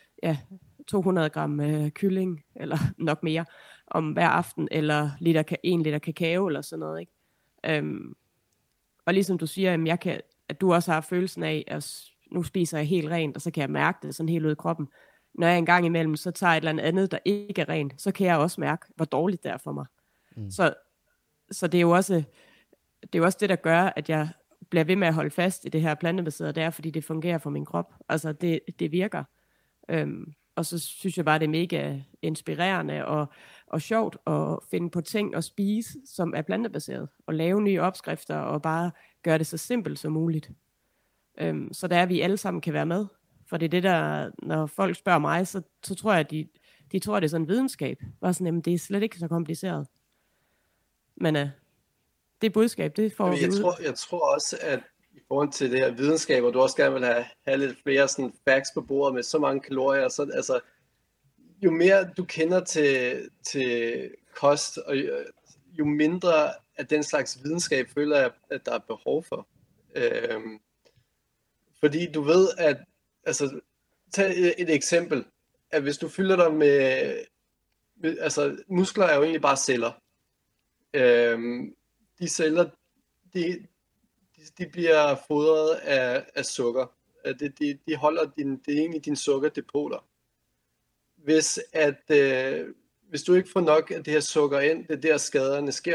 200 gram kylling, eller nok mere, om hver aften, eller 1 liter kakao, eller sådan noget, ikke? Og ligesom du siger, at du også har følelsen af, at nu spiser jeg helt rent, og så kan jeg mærke det sådan helt ud i kroppen. Når jeg engang imellem så tager et eller andet, der ikke er rent, så kan jeg også mærke, hvor dårligt det er for mig. Så det er jo også det, der gør, at jeg bliver ved med at holde fast i det her plantebaserede, det er, fordi det fungerer for min krop. Altså, det virker. Og så synes jeg bare, det er mega inspirerende og sjovt at finde på ting at spise, som er plantebaseret, og lave nye opskrifter, og bare gøre det så simpelt som muligt. Så der vi alle sammen kan være med. For det er det der, når folk spørger mig, så tror jeg, at de tror, at det er sådan en videnskab. Bare sådan, jamen, det er slet ikke så kompliceret. Men det budskab, det får vi ud. Jeg tror også, at i forhold til det her videnskab, og du også gerne vil have lidt flere sådan facts på bordet med så mange kalorier, så altså, jo mere du kender til kost, og jo mindre af den slags videnskab føler jeg, at der er behov for. Fordi du ved, at, altså, tag et eksempel, at hvis du fylder dig med altså, muskler er jo egentlig bare celler. De celler, de bliver fodret af sukker. De holder det er egentlig dine sukkerdepoter. Hvis du ikke får nok af det her sukker ind, det er der skaderne sker,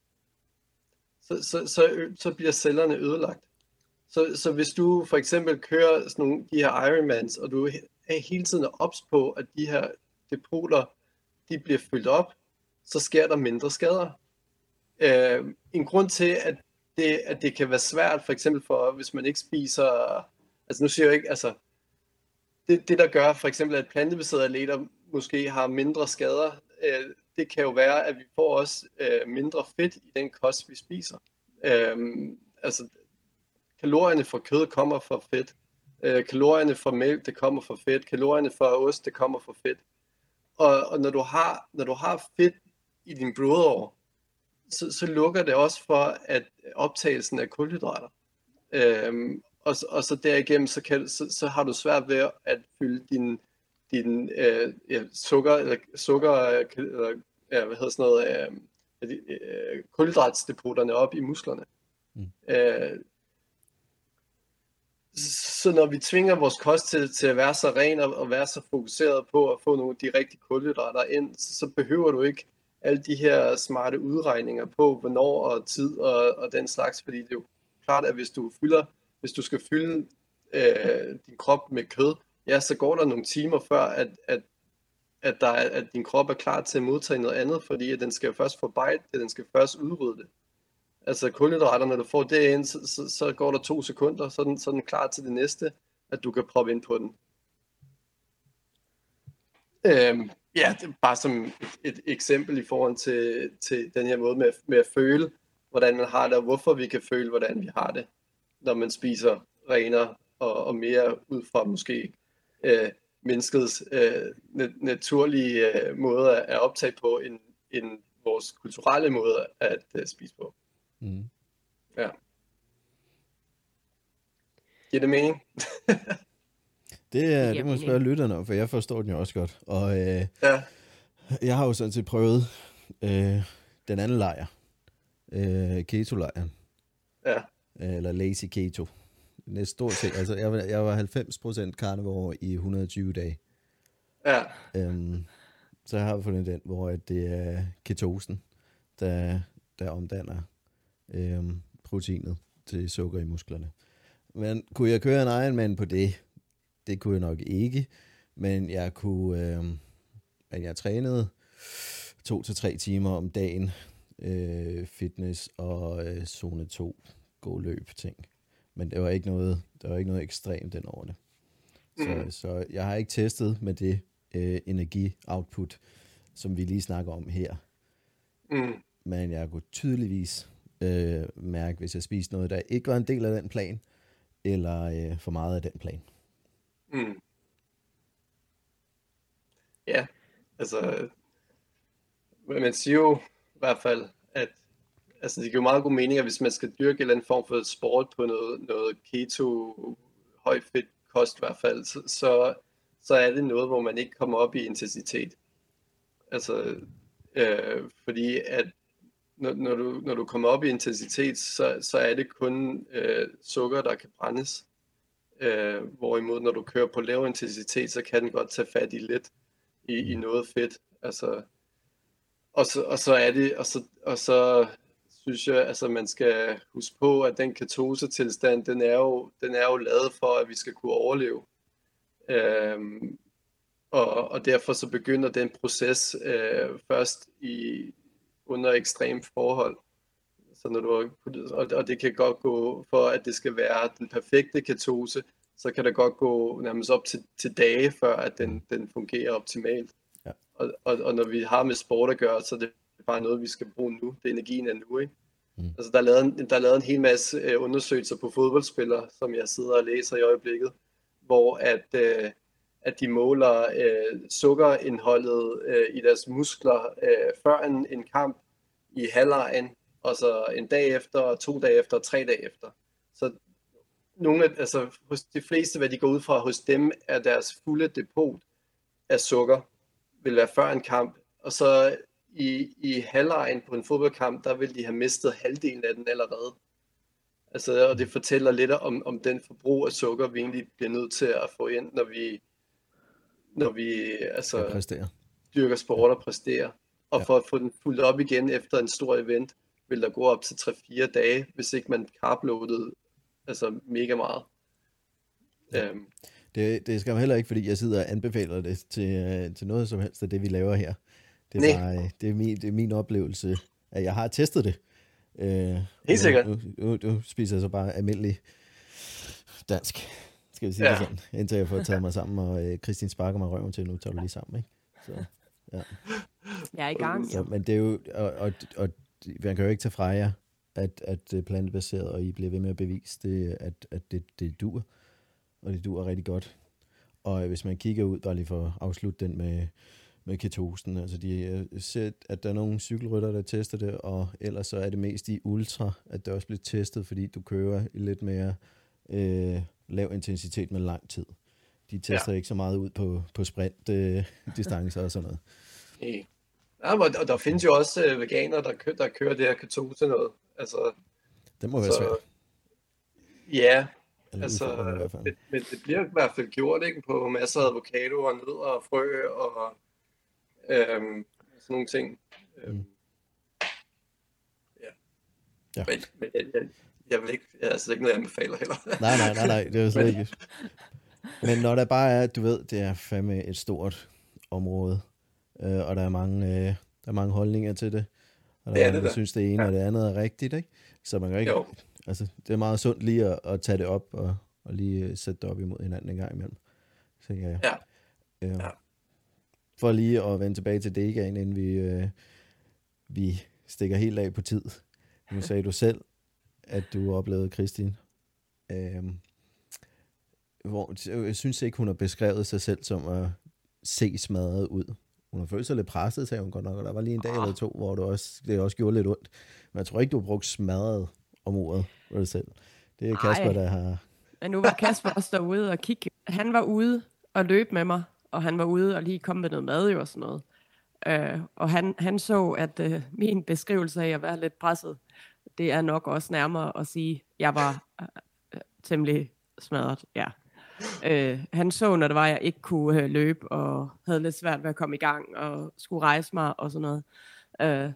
så bliver cellerne ødelagt. Så hvis du for eksempel kører sådan nogle de her Ironmans, og du er hele tiden ops på, at de her depoter, de bliver fyldt op, så sker der mindre skader. En grund til, at det kan være svært, for eksempel for, hvis man ikke spiser, altså nu siger jeg ikke, altså, det der gør for eksempel, at plantebaserede atleter måske har mindre skader, det kan jo være, at vi får også mindre fedt i den kost, vi spiser. Altså, kalorierne fra kød kommer fra fedt. Kalorierne fra mælk, det kommer fra fedt. Kalorierne fra ost, det kommer fra fedt. Og når du har fedt i din blodår, så lukker det også for at optagelsen af kulhydrater. Og så derigennem, så har du svært ved at fylde din kulhydratsdepoterne op i musklerne. Så når vi tvinger vores kost til at være så ren og være så fokuseret på at få nogle af de rigtige kulhydrater ind, så behøver du ikke alle de her smarte udregninger på, hvornår og tid og den slags, fordi det er jo klart, at hvis du skal fylde din krop med kød, ja, så går der nogle timer før, at din krop er klar til at modtage noget andet, fordi at den skal først forarbejde det, den skal først udrydde det. Altså kulhydrater, når du får det ind, så går der 2 sekunder, så er den klar til det næste, at du kan proppe ind på den. Ja, det er bare som et eksempel i forhold til den her måde med at føle, hvordan man har det, og hvorfor vi kan føle, hvordan vi har det, når man spiser renere og mere ud fra måske menneskets naturlige måde at optage på, end vores kulturelle måde at spise på. Ja. Giver det mening? Det må jeg spørge lytterne om, for jeg forstår den jo også godt. Og jeg har jo sådan set prøvet den anden lejr, keto-lejren. Ja. Eller lazy keto. Det er stort set, altså jeg var 90% carnivore i 120 dage. Ja. Så jeg har fundet den, hvor det er ketosen, der omdanner proteinet til sukker i musklerne. Men kunne jeg køre en Ironman på det? Det kunne jeg nok ikke, men jeg kunne, jeg trænede 2 til 3 timer om dagen, fitness og zone 2 gå-løb ting. Men det var ikke noget ekstremt den årene. Så jeg har ikke testet med det energi-output, som vi lige snakker om her. Men jeg kunne tydeligvis mærke, hvis jeg spiste noget, der ikke var en del af den plan, eller for meget af den plan. Ja, altså man siger jo i hvert fald, at altså, det giver meget god mening, at hvis man skal dyrke en eller anden form for sport på noget keto, højfedt kost i hvert fald, så er det noget, hvor man ikke kommer op i intensitet. Altså, fordi at når du kommer op i intensitet, så er det kun sukker, der kan brændes. Hvorimod når du kører på lav intensitet, så kan den godt tage fat i lidt i noget fedt. Altså, og så synes jeg, altså man skal huske på, at den ketosetilstand, den er jo lavet for, at vi skal kunne overleve. Og derfor så begynder den proces først under ekstreme forhold. Så når og det kan godt gå, for at det skal være den perfekte ketose, så kan det godt gå nærmest op til dage, før at den fungerer optimalt. Og når vi har med sport at gøre, så er det bare noget, vi skal bruge nu. Det energien er nu, ikke? Altså, der er lavet en hel masse undersøgelser på fodboldspillere, som jeg sidder og læser i øjeblikket, hvor at de måler sukkerindholdet i deres muskler før en kamp i halvlejen, og så en dag efter, 2 dage efter, 3 dage efter. Så hos de fleste, hvad de går ud fra hos dem, er deres fulde depot af sukker, vil være før en kamp, og så i halvlejen på en fodboldkamp, der vil de have mistet halvdelen af den allerede. Altså, og det fortæller lidt om den forbrug af sukker, vi egentlig bliver nødt til at få ind, når vi dyrker sport og præsterer. Og for at få den fuldt op igen efter en stor event, vil der gå op til 3-4 dage, hvis ikke man carbloadede mega meget. Det skal man heller ikke, fordi jeg sidder og anbefaler det til noget som helst af det, vi laver her. Det er min oplevelse, at jeg har testet det. Helt sikkert. Nu spiser jeg så bare almindelig dansk, skal vi sige det sådan, indtil jeg får taget mig sammen, og Kristin sparker mig røven til, nu tager du lige sammen, ikke? Så, ja. Jeg er i gang. Ja, men det er jo, og man kan jo ikke tage fra jer, at det er plantebaseret, og I bliver ved med at bevise det, at det dur, og det dur rigtig godt. Og hvis man kigger ud, bare lige for at afslutte den med ketosen, altså de ser, at der er nogle cykelrytter, der tester det, og ellers så er det mest i ultra, at det også bliver testet, fordi du kører i lidt mere lav intensitet med lang tid. De tester ikke så meget ud på sprint og sådan noget. Ja, og der findes jo også veganere, der kører det her ketose noget. Altså, det må være svært. Ja, men det bliver i hvert fald gjort, ikke, på masser af avocado og nødder og frø og sådan nogle ting. Ja. Men jeg vil ikke, altså ikke noget, jeg anbefaler heller. nej, det er slet ikke. Men når der bare er, du ved, det er fandme et stort område, og der er mange holdninger til det, og der er mange, der synes det ene og det andet er rigtigt, ikke? Så man kan ikke, altså det er meget sundt lige at tage det op og lige sætte det op imod hinanden en gang imellem. Så ja. For lige at vende tilbage til Degaen, inden vi stikker helt af på tid. Nu sagde du selv, at du oplevede Kristin. Jeg synes ikke, hun har beskrevet sig selv som at se smadret ud. Hun har følt sig lidt presset, sagde hun godt nok, og der var lige en dag eller to, hvor det også gjorde lidt ondt. Men jeg tror ikke, du har brugt smadret om ordet for dig selv. Det er Kasper, der har... Men nu var Kasper også derude og kigge. Han var ude og løbe med mig, og han var ude og lige komme med noget mad og sådan noget. Og han så, at min beskrivelse af at være lidt presset, det er nok også nærmere at sige, at jeg var temmelig smadret, ja. Han så, når det var, at jeg ikke kunne løbe, og havde lidt svært ved at komme i gang, og skulle rejse mig, og sådan noget.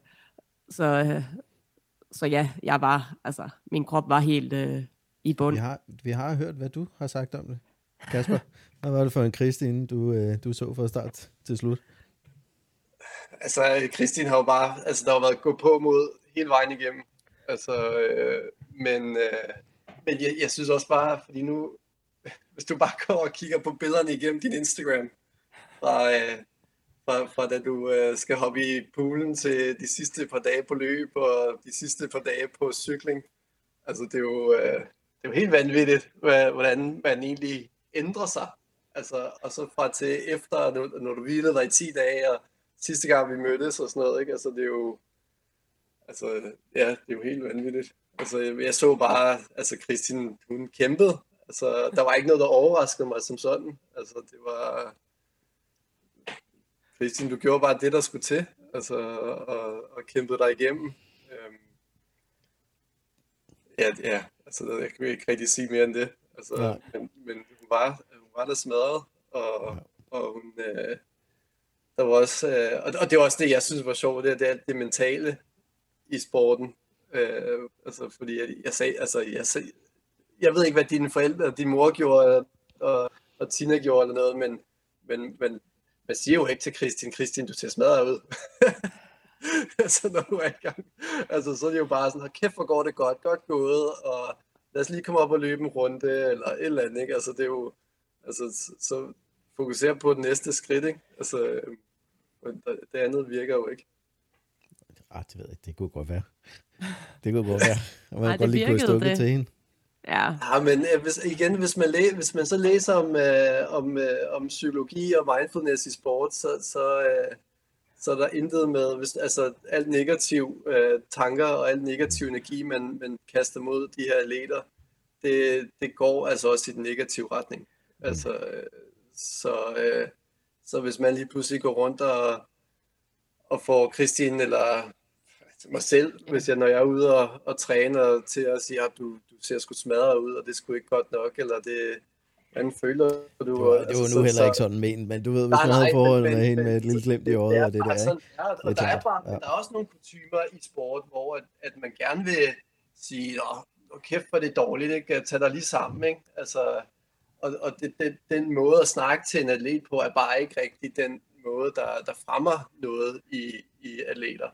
Så ja, jeg var, altså, min krop var helt i bund. Vi har hørt, hvad du har sagt om det. Kasper, hvad var det for en Kristin, du så fra start til slut? Altså, Kristin har jo bare, altså, der har været gå på mod hele vejen igennem. Altså, men jeg synes også bare, fordi nu, hvis du bare går og kigger på billederne igennem din Instagram, fra da du skal hoppe i poolen til de sidste par dage på løb, og de sidste par dage på cykling, altså det er jo helt vanvittigt, hvordan man egentlig ændrer sig. Altså, og så fra til efter, når du hvilede dig i 10 dage, og sidste gang vi mødtes og sådan noget, ikke? Altså det er jo, altså ja, det er jo helt vanvittigt. Altså jeg så bare, altså Kristin, hun kæmpede. Altså der var ikke noget, der overraskede mig som sådan. Altså det var, Kristin, du gjorde bare det, der skulle til, altså og kæmpede dig igennem. Ja, altså jeg kan ikke rigtig sige mere end det. Altså, men hun var der smadret, og hun, der var også, og det var også det, jeg synes var sjovt, det er det mentale i sporten. Altså fordi jeg ved ikke, hvad dine forældre, din mor gjorde, og Tina gjorde eller noget, men man siger jo ikke til Kristin, du ser smadret ud. Altså når du er i gang. Altså så er det jo bare sådan, kæft hvor går det godt gået, og lad os lige komme op og løbe en runde, eller et eller andet, ikke? Altså det er jo, altså så fokusere på det næste skridt, ikke? Altså det andet virker jo ikke. Det ved jeg ikke, det kunne godt være. Det kunne godt være. Og man Ej, godt det lige kunne virkede stukke det. til hende. Ja, Ja, men hvis man så læser om psykologi og mindfulness i sport, så er der intet med, altså alt negativ tanker og alt negativ energi, man kaster mod de her atleter, det går altså også i den negative retning. Altså, så hvis man lige pludselig går rundt og får Kristin eller mig selv, når jeg er ude og træner til at sige, at du ser sgu smadret ud, og det er sgu ikke godt nok, eller hvordan føler du? Det var nu heller ikke sådan ment, men du ved, hvis man havde forholdet med hende med et lille glimt i øjet, og det der, ikke? Og der er også nogle kutymer i sport, hvor at man gerne vil sige, kæft for det er dårligt, ikke? Tag dig lige sammen, ikke? Altså, og den måde at snakke til en atlet på, er bare ikke rigtig den måde, der fremmer noget i atleter.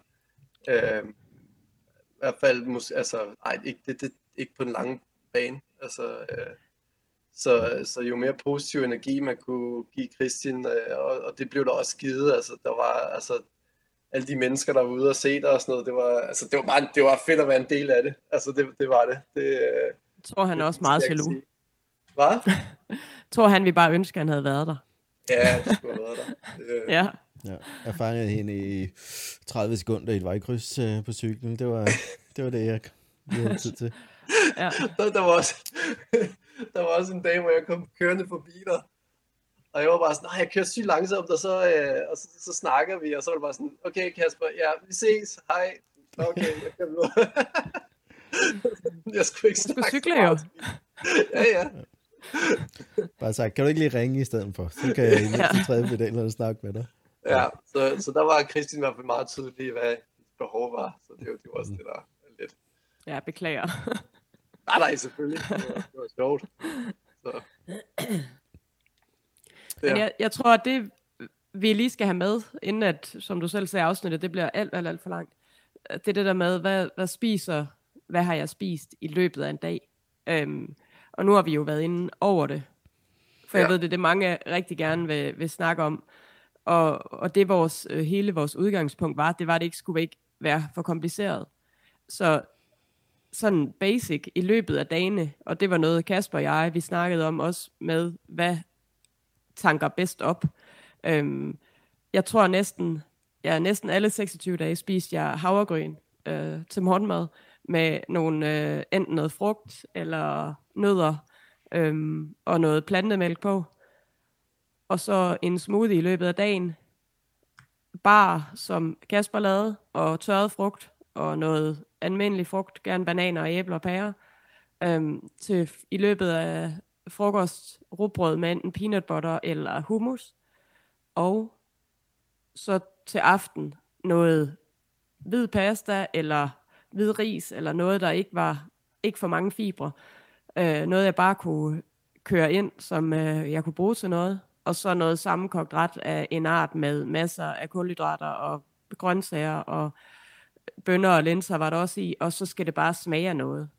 I hvert fald, ikke på den lange bane. Altså, så jo mere positiv energi man kunne give Kristin, og det blev der også givet. Altså, der var alle de mennesker, der var ude og se der og sådan noget. Det var fedt at være en del af det. Altså, det var det. jeg tror han er også meget jaloux. Hvad? Tror han, vi bare ønsker, han havde været der. Ja, det skulle have været der. Ja. Ja, jeg fangede hende i 30 sekunder i et vejkryds på cyklen. Det var det, jeg havde tid til. Ja. Der var også en dag, hvor jeg kom kørende forbi dig, og jeg var bare sådan, jeg kører sygt langsomt, og så snakker vi, og så var det bare sådan, okay Kasper, ja, vi ses, hej. Okay, jeg kører videre. Jeg skulle ikke snakke. Du cykler jo. Ja. Bare sagt, kan du ikke lige ringe i stedet for? Så kan jeg i næste tredje pedalerne snakke med dig. Ja, så der var Kristin i hvert fald meget tydelig, hvad behov var, så det var også det, der lidt. Ja, beklager. Nej, selvfølgelig. Det var sjovt. Så. Men jeg tror, at det, vi lige skal have med, inden at, som du selv sagde, afsnittet, det bliver alt for langt. Det er det der med, hvad har jeg spist i løbet af en dag? Og nu har vi jo været inde over det. For jeg ved, det er det, mange rigtig gerne vil snakke om. Og det hele vores udgangspunkt var, det var, at det ikke skulle være for kompliceret. Så sådan basic i løbet af dagene, og det var noget Kasper og jeg, vi snakkede om også med, hvad tanker bedst op. Jeg tror næsten alle 26 dage spiste jeg havregryn til morgenmad, med enten noget frugt, eller nødder, og noget plantemælk på. Og så en smoothie i løbet af dagen, bar som Kasper lavede, og tørret frugt, og noget almindelig frugt, gerne bananer, æbler og pærer, til i løbet af frokost rugbrød med enten peanut butter eller hummus, og så til aften noget hvid pasta eller hvid ris, eller noget, der ikke for mange fibre. Noget, jeg bare kunne køre ind, som jeg kunne bruge til noget, og så noget sammenkogt ret af en art med masser af kulhydrater og grøntsager og bønner og linser var der også i, og så skal det bare smage af noget.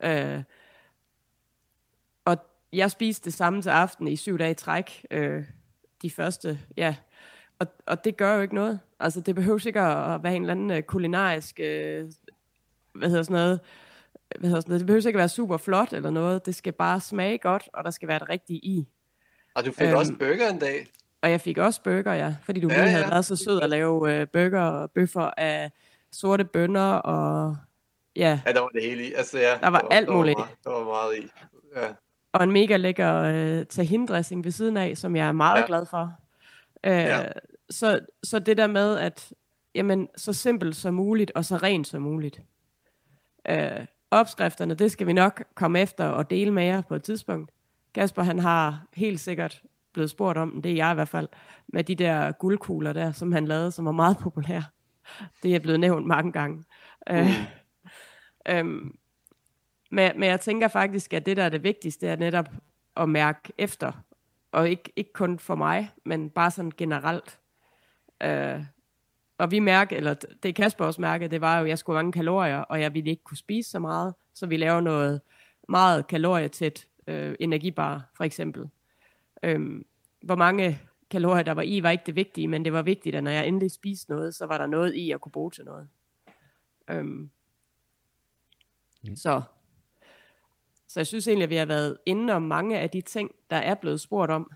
Og jeg spiste det samme til aften i 7 dage i træk, de første, og det gør jo ikke noget. Altså det behøver ikke at være en eller anden kulinarisk, det behøver ikke at være super flot eller noget, det skal bare smage godt, og der skal være det rigtige i. Og du fik også burger en dag? Og jeg fik også burger, ja, fordi du lige havde været så sød at lave burger og bøffer af sorte bønner, og ja, der var det hele i. Altså, der var alt muligt. Der var meget i. Ja. Og en mega lækker tahindressing ved siden af, som jeg er meget glad for. Så det der med, at jamen, så simpelt som muligt, og så rent som muligt. Opskrifterne, det skal vi nok komme efter og dele med jer på et tidspunkt. Kasper, han har helt sikkert blevet spurgt om, det er jeg i hvert fald, med de der guldkugler der, som han lavede, som var meget populære. Det er blevet nævnt mange gange. Men jeg tænker faktisk, at det der er det vigtigste, er netop at mærke efter. Og ikke kun for mig, men bare sådan generelt. Og vi mærker, eller det Kasper også mærkede, det var jo, at jeg skulle have mange kalorier, og jeg ville ikke kunne spise så meget. Så vi laver noget meget kalorietæt energibar, for eksempel. Hvor mange kalorier der var i, var ikke det vigtige, men det var vigtigt, at når jeg endelig spiste noget, så var der noget i, at kunne bruge til noget. Så jeg synes egentlig, at vi har været inde om mange af de ting, der er blevet spurgt om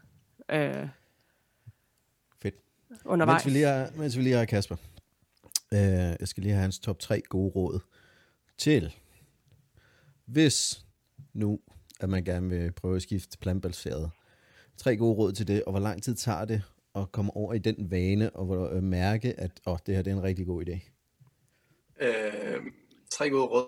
Fedt. undervejs. Mens vi lige har Kasper. Jeg skal lige have hans top 3 gode råd til, hvis nu, at man gerne vil prøve at skifte plantebaseret. 3 gode råd til det, og hvor lang tid tager det at komme over i den vane, og mærke, at det her det er en rigtig god idé. 3 gode råd.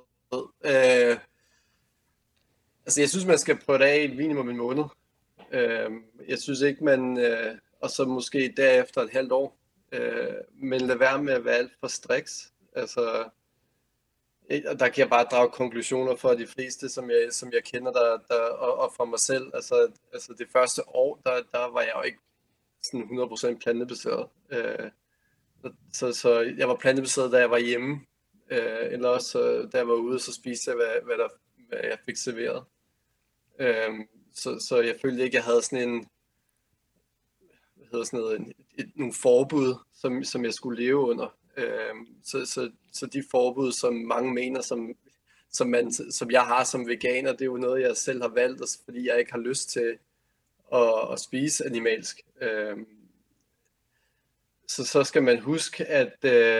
Altså jeg synes, man skal prøve det af i minimum en måned. Jeg synes ikke, man... og så måske derefter et halvt år. Men lad være med at være alt for striks. Altså, der kan jeg bare drage konklusioner for de fleste, som jeg kender, og for mig selv. Altså det første år, der var jeg jo ikke sådan 100% plantebaseret. Så jeg var plantebaseret, da jeg var hjemme. Eller også, da jeg var ude, så spiste jeg, hvad jeg fik serveret. Så jeg følte ikke, jeg havde sådan en... nogle forbud, som jeg skulle leve under. Så de forbud, som mange mener, som jeg har som veganer, det er jo noget, jeg selv har valgt, fordi jeg ikke har lyst til at spise animalsk. Så skal man huske, at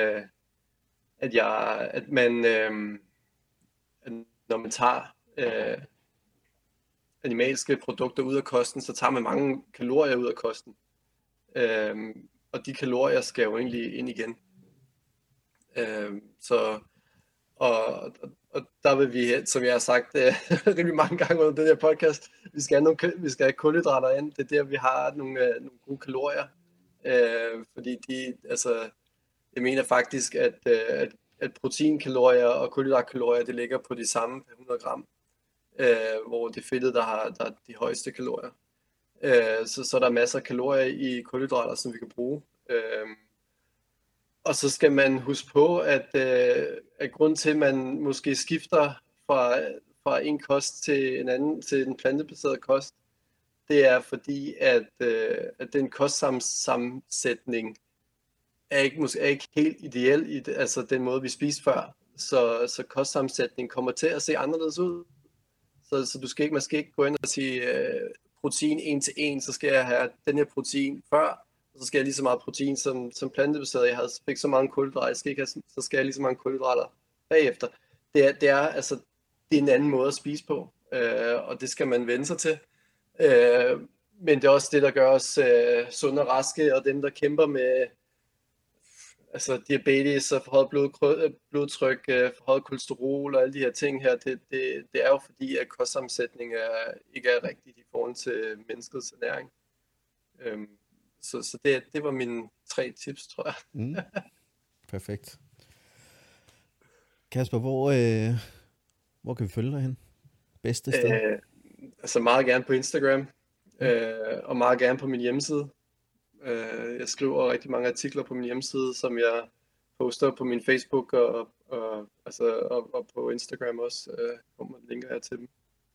når man tager animalske produkter ud af kosten, så tager man mange kalorier ud af kosten. Og de kalorier skal jo egentlig ind igen. Og der vil vi, som jeg har sagt rimelig mange gange under den her podcast, vi skal have kulhydrater ind. Det er der, vi har nogle gode kalorier. Fordi jeg mener faktisk, at proteinkalorier og kulhydratkalorier, det ligger på de samme per 100 gram. Hvor det er fedtet, der har de højeste kalorier. Så der er masser af kalorier i kulhydrater, som vi kan bruge. Og så skal man huske på, at grund til, at man måske skifter fra en kost til en anden, til en plantebaseret kost, det er fordi, at den kostsammensætning er ikke helt ideel i den måde, vi spiste før. Så kostsammensætningen kommer til at se anderledes ud. Så man skal ikke gå ind og sige protein 1 til 1, så skal jeg have den her protein før, og så skal jeg lige så meget protein som plantebaseret. Jeg fik så mange kulhydrater, så skal jeg lige så mange kulhydrater bagefter. Det er en anden måde at spise på, og det skal man vende sig til. Men det er også det, der gør os sunde og raske, og dem, der kæmper med diabetes og forhøjet blodtryk, forhøjet kolesterol og alle de her ting her, det er jo fordi, at kostsammensætning ikke er rigtigt i forhold til menneskets ernæring. Så det var mine 3 tips, tror jeg. Perfekt. Kasper, hvor kan vi følge dig hen? Bedste sted? Meget gerne på Instagram, og meget gerne på min hjemmeside. Jeg skriver rigtig mange artikler på min hjemmeside, som jeg poster på min Facebook og på Instagram også, hvor man linker jeg til dem.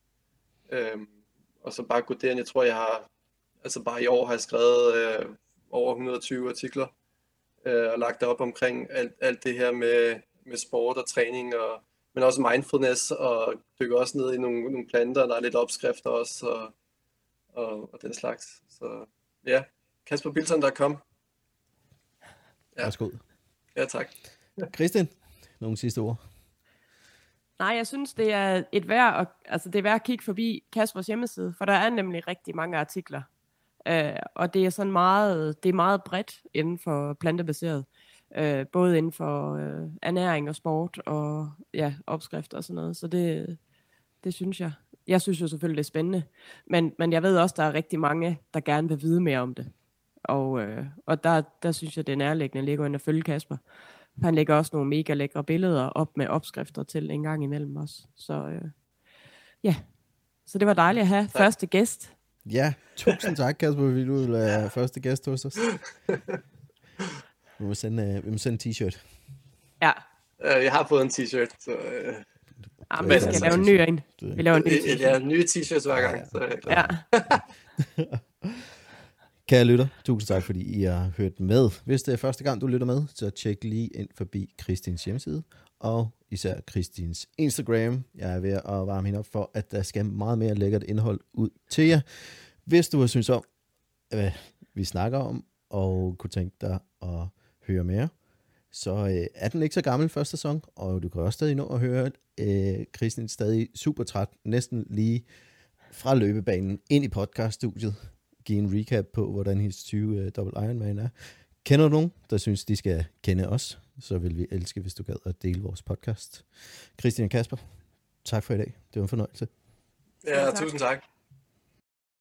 Og så bare gå derind. Jeg tror, jeg har bare i år har jeg skrevet over 120 artikler og lagt det op omkring alt det her med sport og træning, men også mindfulness, og dykker også ned i nogle planter, der er lidt opskrifter også, og den slags. Så ja, kasperbilson.com. Ja. Værsgo. Ja, tak. Kristin, nogle sidste ord? Nej, jeg synes, det er værd at kigge forbi Kaspers hjemmeside, for der er nemlig rigtig mange artikler. Og det er sådan meget bredt inden for plantebaseret. Både inden for ernæring og sport og opskrifter og sådan noget. Så det synes jeg. Jeg synes jo selvfølgelig, det er spændende. Men jeg ved også, der er rigtig mange, der gerne vil vide mere om det. Og der synes jeg, det er nærliggende at ligge ind og følge Kasper. Han lægger også nogle mega lækre billeder op med opskrifter til en gang imellem os. Så så det var dejligt at have første gæst. Ja, tusind tak, Kasper, fordi du vil være første gæst hos os. Vi må sende en t-shirt. Ja. Jeg har fået en t-shirt. Så, vi skal lave en ny en. Vi laver en ny t-shirt. Ja, nye t-shirts hver gang. Så, ja. Kære lytter, tusind tak, fordi I har hørt med. Hvis det er første gang, du lytter med, så tjek lige ind forbi Kristins hjemmeside og især Kristins Instagram. Jeg er ved at varme hende op for, at der skal meget mere lækkert indhold ud til jer. Hvis du har synes om, hvad vi snakker om, og kunne tænke dig at høre mere, så er den ikke så gammel første sæson, og du kan også stadig nå at høre Kristin stadig super træt, næsten lige fra løbebanen ind i podcaststudiet, give en recap på, hvordan hendes 20 Double Ironman er. Kender du nogen, der synes, de skal kende os, så vil vi elske, hvis du gad at dele vores podcast. Kristin og Kasper, tak for i dag. Det var en fornøjelse. Ja, tusind tak.